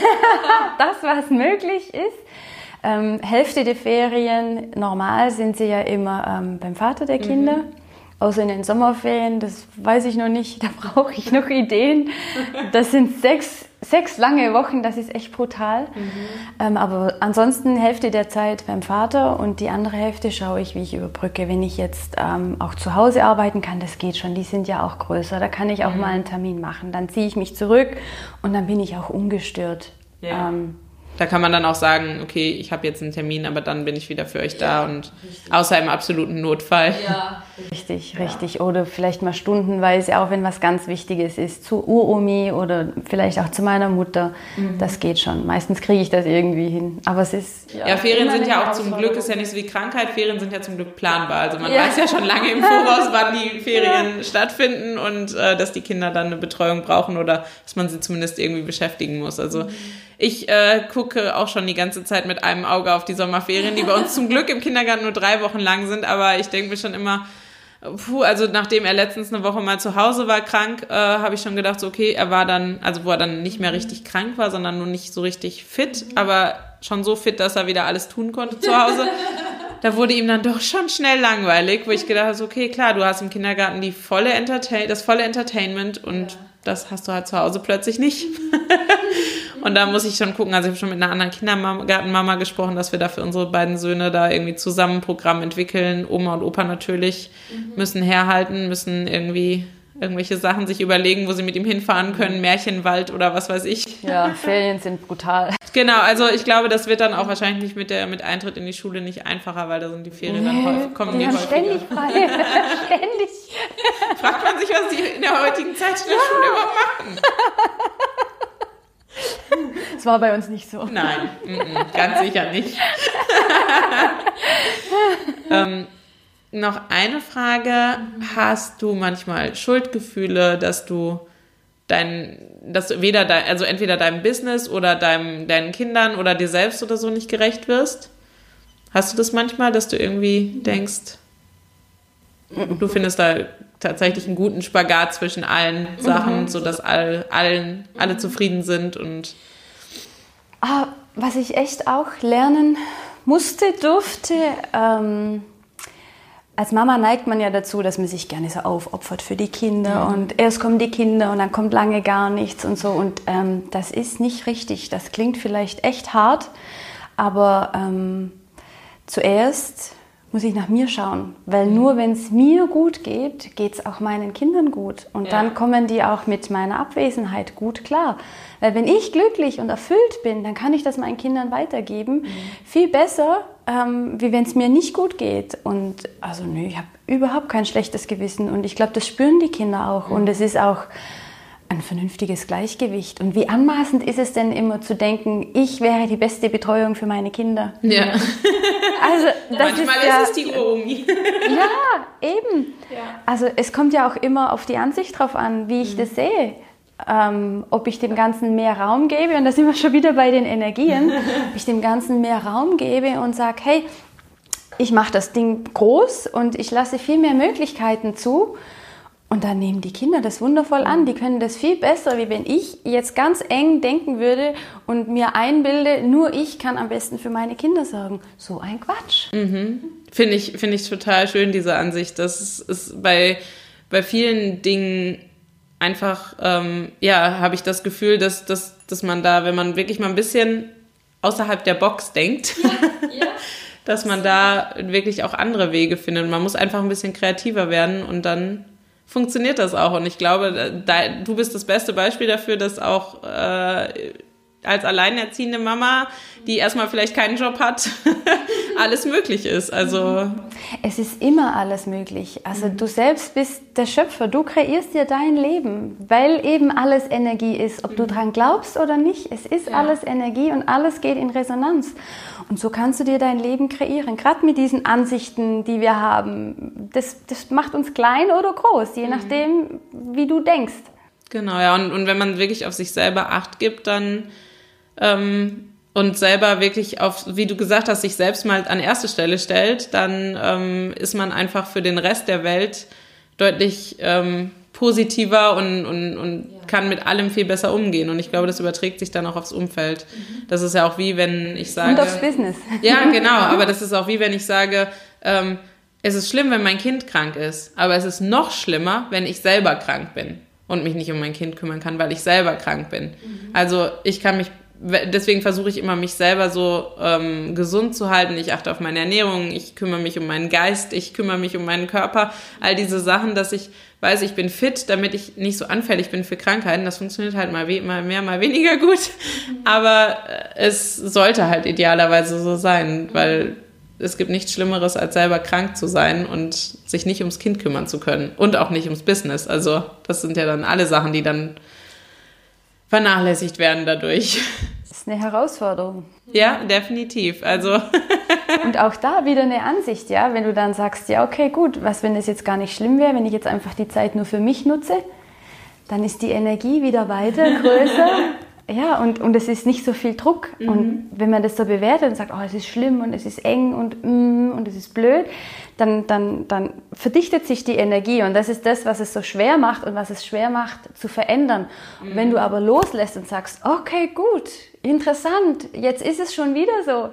Speaker 2: das was möglich ist. Ähm, Hälfte der Ferien, normal sind sie ja immer ähm, beim Vater der Kinder. Mhm. Außer in den Sommerferien, das weiß ich noch nicht, da brauche ich noch Ideen. Das sind sechs, sechs lange Wochen, das ist echt brutal. Mhm. Ähm, aber ansonsten Hälfte der Zeit beim Vater und die andere Hälfte schaue ich, wie ich überbrücke. Wenn ich jetzt ähm, auch zu Hause arbeiten kann, das geht schon, die sind ja auch größer, da kann ich auch mhm. mal einen Termin machen. Dann ziehe ich mich zurück und dann bin ich auch ungestört.
Speaker 1: Ja.
Speaker 2: Ähm,
Speaker 1: Da kann man dann auch sagen, okay, ich habe jetzt einen Termin, aber dann bin ich wieder für euch da und richtig. Außer im absoluten Notfall.
Speaker 2: Ja, richtig, richtig. Oder vielleicht mal stundenweise, auch wenn was ganz Wichtiges ist, zu Uromi oder vielleicht auch zu meiner Mutter. Mhm. Das geht schon. Meistens kriege ich das irgendwie hin. Aber es ist...
Speaker 1: Ja, ja Ferien sind ja auch zum Glück, ist ja nicht so wie Krankheit, Ferien sind ja zum Glück planbar. Also man ja. weiß ja schon lange im Voraus, wann die Ferien ja. stattfinden und äh, dass die Kinder dann eine Betreuung brauchen oder dass man sie zumindest irgendwie beschäftigen muss. Also mhm. ich äh, gucke auch schon die ganze Zeit mit einem Auge auf die Sommerferien, die bei uns zum Glück im Kindergarten nur drei Wochen lang sind, aber ich denke mir schon immer, puh, also nachdem er letztens eine Woche mal zu Hause war, krank, äh, habe ich schon gedacht, so okay, er war dann, also wo er dann nicht mehr richtig krank war, sondern nur nicht so richtig fit, aber schon so fit, dass er wieder alles tun konnte zu Hause. Da wurde ihm dann doch schon schnell langweilig, wo ich gedacht habe, so, okay, klar, du hast im Kindergarten die volle Entertain- das volle Entertainment und ja. das hast du halt zu Hause plötzlich nicht. Und da muss ich schon gucken, also ich habe schon mit einer anderen Kindergartenmama gesprochen, dass wir da für unsere beiden Söhne da irgendwie zusammen ein Programm entwickeln. Oma und Opa natürlich mhm. müssen herhalten, müssen irgendwie irgendwelche Sachen sich überlegen, wo sie mit ihm hinfahren können, Märchenwald oder was weiß ich.
Speaker 2: Ja, Ferien sind brutal.
Speaker 1: Genau, also ich glaube, das wird dann auch wahrscheinlich nicht mit der mit Eintritt in die Schule nicht einfacher, weil da sind die Ferien nee, dann häufig, kommen die, die häufiger.
Speaker 2: Ständig frei. Ständig.
Speaker 1: Fragt man sich, was die in der heutigen Zeit in der ja. Schule überhaupt machen.
Speaker 2: Das war bei uns nicht so.
Speaker 1: Nein, m-m, ganz sicher nicht. ähm, noch eine Frage. Hast du manchmal Schuldgefühle, dass du dein, dass du weder dein, also entweder deinem Business oder deinem, deinen Kindern oder dir selbst oder so nicht gerecht wirst? Hast du das manchmal, dass du irgendwie denkst, du findest da tatsächlich einen guten Spagat zwischen allen Sachen, mhm. sodass all, allen, alle zufrieden sind und
Speaker 2: ah, was ich echt auch lernen musste, durfte, ähm, als Mama neigt man ja dazu, dass man sich gerne so aufopfert für die Kinder mhm. und erst kommen die Kinder und dann kommt lange gar nichts und so und ähm, das ist nicht richtig. Das klingt vielleicht echt hart, aber ähm, zuerst muss ich nach mir schauen, weil nur wenn es mir gut geht, geht es auch meinen Kindern gut und ja. dann kommen die auch mit meiner Abwesenheit gut klar. Weil wenn ich glücklich und erfüllt bin, dann kann ich das meinen Kindern weitergeben. Mhm. Viel besser, ähm, wie wenn es mir nicht gut geht. Und also nö, ich habe überhaupt kein schlechtes Gewissen und ich glaube, das spüren die Kinder auch mhm. und es ist auch ein vernünftiges Gleichgewicht. Und wie anmaßend ist es denn immer zu denken, ich wäre die beste Betreuung für meine Kinder?
Speaker 1: Ja.
Speaker 2: Also, das
Speaker 1: manchmal
Speaker 2: ist, ja,
Speaker 1: ist es die Omi.
Speaker 2: Ja, eben. Ja. Also es kommt ja auch immer auf die Ansicht drauf an, wie ich mhm. das sehe. Ähm, ob ich dem Ganzen mehr Raum gebe, und da sind wir schon wieder bei den Energien, ob ich dem Ganzen mehr Raum gebe und sage, hey, ich mache das Ding groß und ich lasse viel mehr Möglichkeiten zu. Und dann nehmen die Kinder das wundervoll an. Die können das viel besser, wie wenn ich jetzt ganz eng denken würde und mir einbilde, nur ich kann am besten für meine Kinder sorgen. So ein Quatsch.
Speaker 1: Mhm. Finde ich, finde ich total schön, diese Ansicht. Das ist, ist bei, bei vielen Dingen einfach, ähm, ja, habe ich das Gefühl, dass, dass, dass man da, wenn man wirklich mal ein bisschen außerhalb der Box denkt, ja, ja. dass man da wirklich auch andere Wege findet. Und man muss einfach ein bisschen kreativer werden und dann funktioniert das auch. Und ich glaube, da, du bist das beste Beispiel dafür, dass auch äh, als alleinerziehende Mama, die erstmal vielleicht keinen Job hat, alles möglich ist. Also
Speaker 2: es ist immer alles möglich. Also du selbst bist der Schöpfer, du kreierst dir dein Leben, weil eben alles Energie ist, ob du dran glaubst oder nicht. Es ist ja. alles Energie und alles geht in Resonanz. Und so kannst du dir dein Leben kreieren, gerade mit diesen Ansichten, die wir haben. Das, das macht uns klein oder groß, je nachdem, wie du denkst.
Speaker 1: Genau, ja. Und, und wenn man wirklich auf sich selber Acht gibt, dann ähm, und selber wirklich auf, wie du gesagt hast, sich selbst mal an erste Stelle stellt, dann ähm, ist man einfach für den Rest der Welt deutlich ähm, positiver und, und, und ja. kann mit allem viel besser umgehen. Und ich glaube, das überträgt sich dann auch aufs Umfeld. Mhm. Das ist ja auch wie, wenn ich sage...
Speaker 2: Und aufs Business.
Speaker 1: Ja, genau. Aber das ist auch wie, wenn ich sage, ähm, es ist schlimm, wenn mein Kind krank ist. Aber es ist noch schlimmer, wenn ich selber krank bin und mich nicht um mein Kind kümmern kann, weil ich selber krank bin. Mhm. Also ich kann mich... Deswegen versuche ich immer, mich selber so ähm, gesund zu halten. Ich achte auf meine Ernährung, ich kümmere mich um meinen Geist, ich kümmere mich um meinen Körper. All diese Sachen, dass ich weiß, ich bin fit, damit ich nicht so anfällig bin für Krankheiten. Das funktioniert halt mal, we- mal mehr, mal weniger gut. Aber es sollte halt idealerweise so sein, weil es gibt nichts Schlimmeres, als selber krank zu sein und sich nicht ums Kind kümmern zu können. Und auch nicht ums Business. Also das sind ja dann alle Sachen, die dann vernachlässigt werden dadurch.
Speaker 2: Das ist eine Herausforderung.
Speaker 1: Ja, definitiv. Also
Speaker 2: und auch da wieder eine Ansicht, ja, wenn du dann sagst, ja, okay, gut, was, wenn es jetzt gar nicht schlimm wäre, wenn ich jetzt einfach die Zeit nur für mich nutze, dann ist die Energie wieder weiter, größer. Ja, und, und es ist nicht so viel Druck. Mhm. Und wenn man das so bewertet und sagt, oh, es ist schlimm und es ist eng und mm, und es ist blöd, dann, dann, dann verdichtet sich die Energie. Und das ist das, was es so schwer macht und was es schwer macht zu verändern. Mhm. Und wenn du aber loslässt und sagst, okay, gut, interessant, jetzt ist es schon wieder so.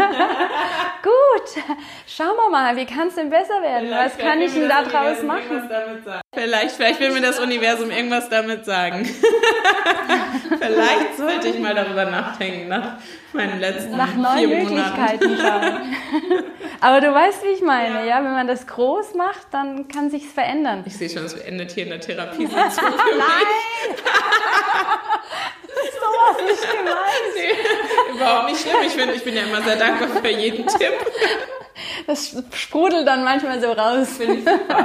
Speaker 2: Gut, schauen wir mal, wie kann es denn besser werden?
Speaker 1: Vielleicht,
Speaker 2: was kann ich denn da draus machen?
Speaker 1: Vielleicht, vielleicht will mir das Universum irgendwas damit sagen. Vielleicht sollte ich mal darüber nachdenken, nach meinen letzten
Speaker 2: nach neuen
Speaker 1: vier
Speaker 2: Möglichkeiten schauen. Aber du weißt, wie ich meine, ja. ja? Wenn man das groß macht, dann kann sich's verändern.
Speaker 1: Ich sehe schon, es endet hier in der Therapiesitzung für mich.
Speaker 2: Nein! So was nicht gemeint.
Speaker 1: Nee, überhaupt nicht schlimm. Ich, find, ich bin ja immer sehr dankbar für jeden Tipp.
Speaker 2: Das sprudelt dann manchmal so raus. Finde ich super.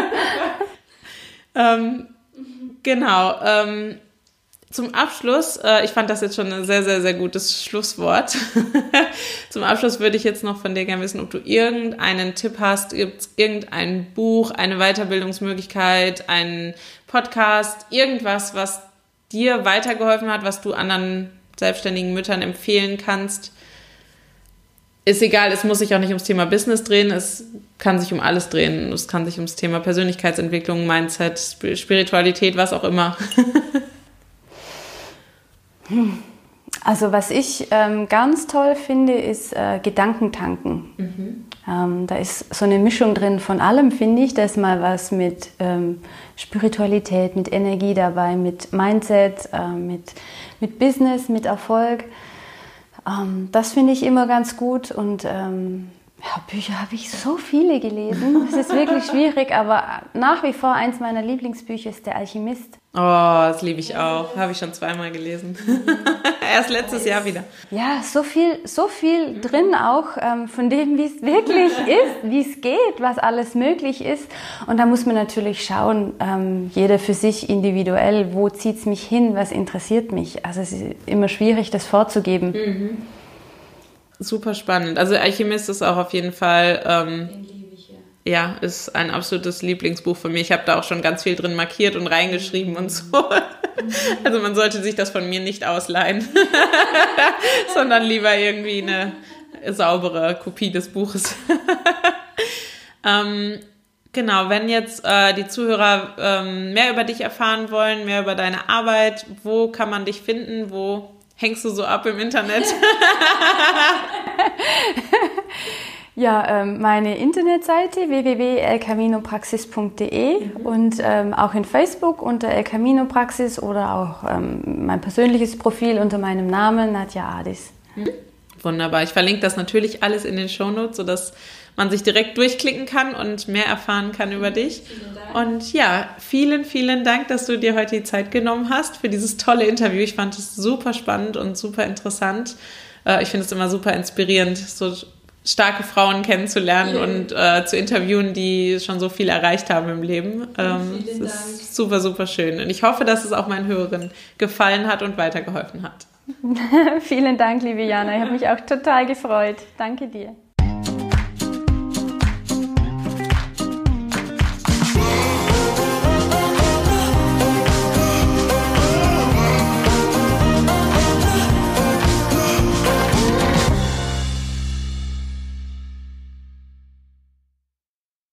Speaker 1: ähm, genau. Ähm, zum Abschluss, äh, ich fand das jetzt schon ein sehr, sehr, sehr gutes Schlusswort. Zum Abschluss würde ich jetzt noch von dir gerne wissen, ob du irgendeinen Tipp hast. Gibt es irgendein Buch, eine Weiterbildungsmöglichkeit, einen Podcast, irgendwas, was dir weitergeholfen hat, was du anderen selbstständigen Müttern empfehlen kannst. Ist egal, es muss sich auch nicht ums Thema Business drehen, es kann sich um alles drehen. Es kann sich ums Thema Persönlichkeitsentwicklung, Mindset, Spiritualität, was auch immer.
Speaker 2: Also was ich ähm, ganz toll finde, ist äh, Gedankentanken. Mhm. Ähm, da ist so eine Mischung drin von allem, finde ich. Da ist mal was mit ähm, Spiritualität, mit Energie dabei, mit Mindset, äh, mit, mit Business, mit Erfolg. Ähm, das finde ich immer ganz gut. Und ähm, ja, Bücher habe ich so viele gelesen. Es ist wirklich schwierig, aber nach wie vor eins meiner Lieblingsbücher ist Der Alchemist.
Speaker 1: Oh, das liebe ich auch. Habe ich schon zweimal gelesen. Erst letztes Jahr wieder.
Speaker 2: Ja, so viel, so viel drin auch ähm, von dem, wie es wirklich ist, wie es geht, was alles möglich ist. Und da muss man natürlich schauen, ähm, jeder für sich individuell, wo zieht es mich hin, was interessiert mich. Also es ist immer schwierig, das vorzugeben.
Speaker 1: Mhm. Super spannend. Also Alchemist ist auch auf jeden Fall... Ähm, Ja, ist ein absolutes Lieblingsbuch von mir. Ich habe da auch schon ganz viel drin markiert und reingeschrieben und so. Also man sollte sich das von mir nicht ausleihen, sondern lieber irgendwie eine saubere Kopie des Buches. ähm, genau, wenn jetzt äh, die Zuhörer ähm, mehr über dich erfahren wollen, mehr über deine Arbeit, wo kann man dich finden? Wo hängst du so ab im Internet?
Speaker 2: Ja, ähm, meine Internetseite w w w punkt el camino praxis punkt d e mhm. und ähm, auch in Facebook unter El Camino Praxis oder auch ähm, mein persönliches Profil unter meinem Namen, Nadja Adis.
Speaker 1: Mhm. Wunderbar. Ich verlinke das natürlich alles in den Shownotes, sodass man sich direkt durchklicken kann und mehr erfahren kann über dich. Und ja, vielen, vielen Dank, dass du dir heute die Zeit genommen hast für dieses tolle Interview. Ich fand es super spannend und super interessant. Äh, ich finde es immer super inspirierend, so starke Frauen kennenzulernen ja. und äh, zu interviewen, die schon so viel erreicht haben im Leben. Ähm, es ist Dank. super, super schön. Und ich hoffe, dass es auch meinen Hörern gefallen hat und weitergeholfen hat.
Speaker 2: Vielen Dank, liebe Jana. Ich habe mich auch total gefreut. Danke dir.